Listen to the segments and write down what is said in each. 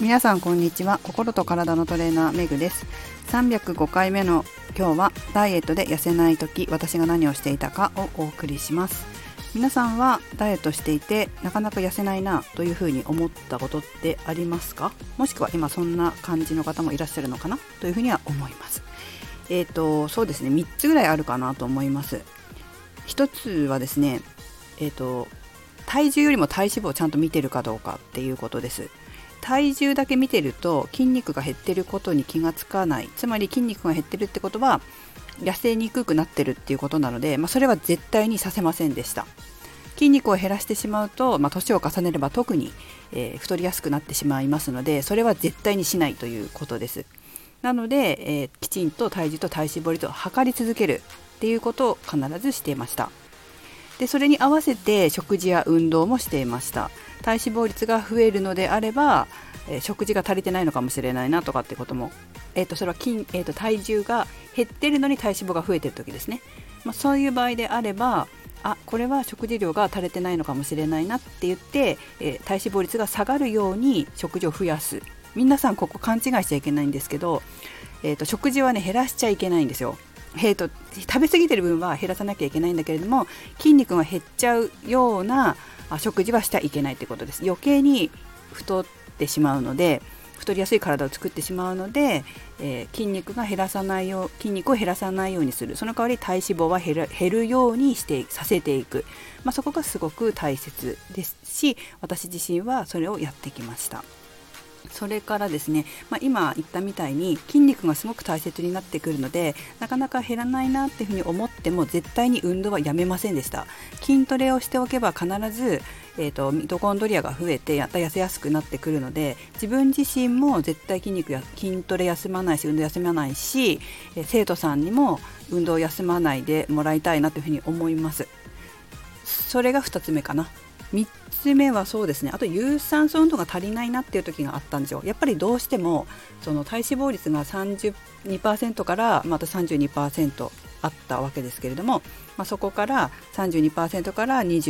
皆さんこんにちは。心と体のトレーナーめぐです。305回目の今日はダイエットで痩せない時私が何をしていたかをお送りします。皆さんはダイエットしていてなかなか痩せないなというふうに思ったことってありますか？もしくは今そんな感じの方もいらっしゃるのかなというふうには思います。そうですね、3つぐらいあるかなと思います。1つはですね、体重よりも体脂肪をちゃんと見てるかどうかっていうことです。体重だけ見てると筋肉が減ってることに気がつかない。つまり筋肉が減ってるってことは痩せにくくなってるっていうことなので、それは絶対にさせませんでした。筋肉を減らしてしまうと、年を重ねれば特に、太りやすくなってしまいますので、それは絶対にしないということです。なので、きちんと体重と体脂肪率を測り続けるっていうことを必ずしていました。でそれに合わせて食事や運動もしていました。体脂肪率が増えるのであれば、食事が足りてないのかもしれないなとかってことも、それは体重が減ってるのに体脂肪が増えてる時ですね。そういう場合であれば、これは食事量が足りてないのかもしれないなって言って、体脂肪率が下がるように食事を増やす。皆さんここ勘違いしちゃいけないんですけど、食事はね減らしちゃいけないんですよ。食べ過ぎてる分は減らさなきゃいけないんだけれども、筋肉が減っちゃうような食事はしちゃいけないということです。余計に太ってしまうので、太りやすい体を作ってしまうので、筋肉を減らさないようにする。その代わり体脂肪は減るようにさせていく、そこがすごく大切ですし、私自身はそれをやってきました。それからですね、今言ったみたいに筋肉がすごく大切になってくるので、なかなか減らないなっていうふうに思っても絶対に運動はやめませんでした。筋トレをしておけば必ず、ミトコンドリアが増えて痩せやすくなってくるので、自分自身も絶対筋トレ休まないし運動休まないし、生徒さんにも運動を休まないでもらいたいなというふうに思います。それが2つ目かな。3つ目はそうですね、あと有酸素運動が足りないなっていう時があったんですよ。やっぱりどうしてもその体脂肪率が 32% からまた 32% あったわけですけれども、そこから 32% から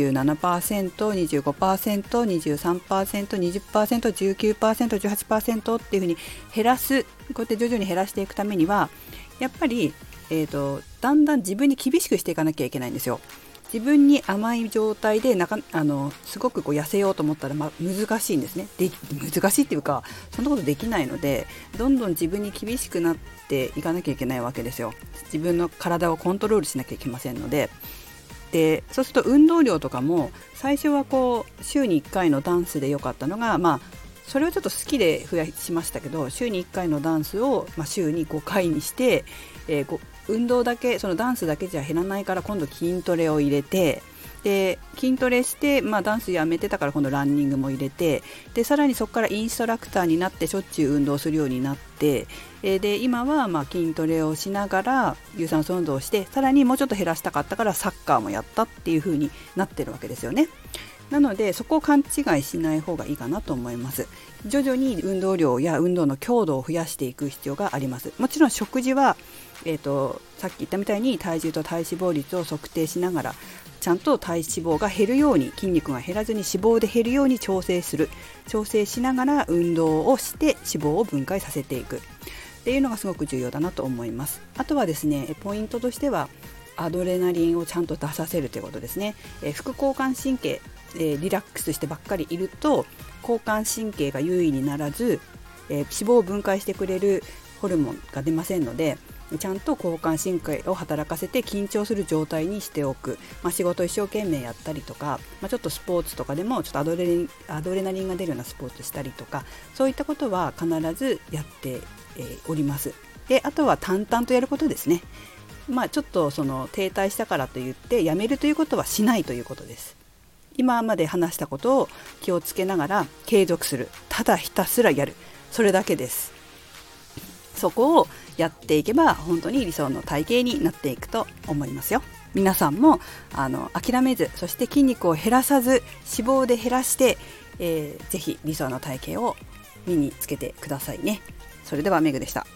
27%、25%、23%、20%、19%、18% っていうふうに減らす。こうやって徐々に減らしていくためにはやっぱり、だんだん自分に厳しくしていかなきゃいけないんですよ。自分に甘い状態ですごく痩せようと思ったら、難しいんですね。難しいっていうか、そんなことできないので、どんどん自分に厳しくなっていかなきゃいけないわけですよ。自分の体をコントロールしなきゃいけませんので。そうすると運動量とかも最初は週に1回のダンスでよかったのが、それをちょっと好きで増やしましたけど、週に1回のダンスを、週に5回にして、運動だけ、そのダンスだけじゃ減らないから今度筋トレを入れて、で筋トレして、ダンスやめてたから今度ランニングも入れて、でさらにそこからインストラクターになってしょっちゅう運動するようになって、で今は筋トレをしながら有酸素運動をして、さらにもうちょっと減らしたかったからサッカーもやったっていう風になってるわけですよね。なのでそこを勘違いしない方がいいかなと思います。徐々に運動量や運動の強度を増やしていく必要があります。もちろん食事は、さっき言ったみたいに体重と体脂肪率を測定しながら、ちゃんと体脂肪が減るように、筋肉が減らずに脂肪で減るように調整しながら運動をして脂肪を分解させていくっていうのがすごく重要だなと思います。あとはですね、ポイントとしてはアドレナリンをちゃんと出させるということですね。副交感神経、リラックスしてばっかりいると交感神経が優位にならず、脂肪を分解してくれるホルモンが出ませんので、ちゃんと交感神経を働かせて緊張する状態にしておく。仕事一生懸命やったりとか、ちょっとスポーツとかでもちょっとアドレナリンが出るようなスポーツしたりとか、そういったことは必ずやっております。であとは淡々とやることですね。ちょっとその停滞したからといってやめるということはしないということです。今まで話したことを気をつけながら継続する。ただひたすらやる。それだけです。そこをやっていけば本当に理想の体型になっていくと思いますよ。皆さんも諦めず、そして筋肉を減らさず脂肪で減らして、ぜひ理想の体型を身につけてくださいね。それではめぐでした。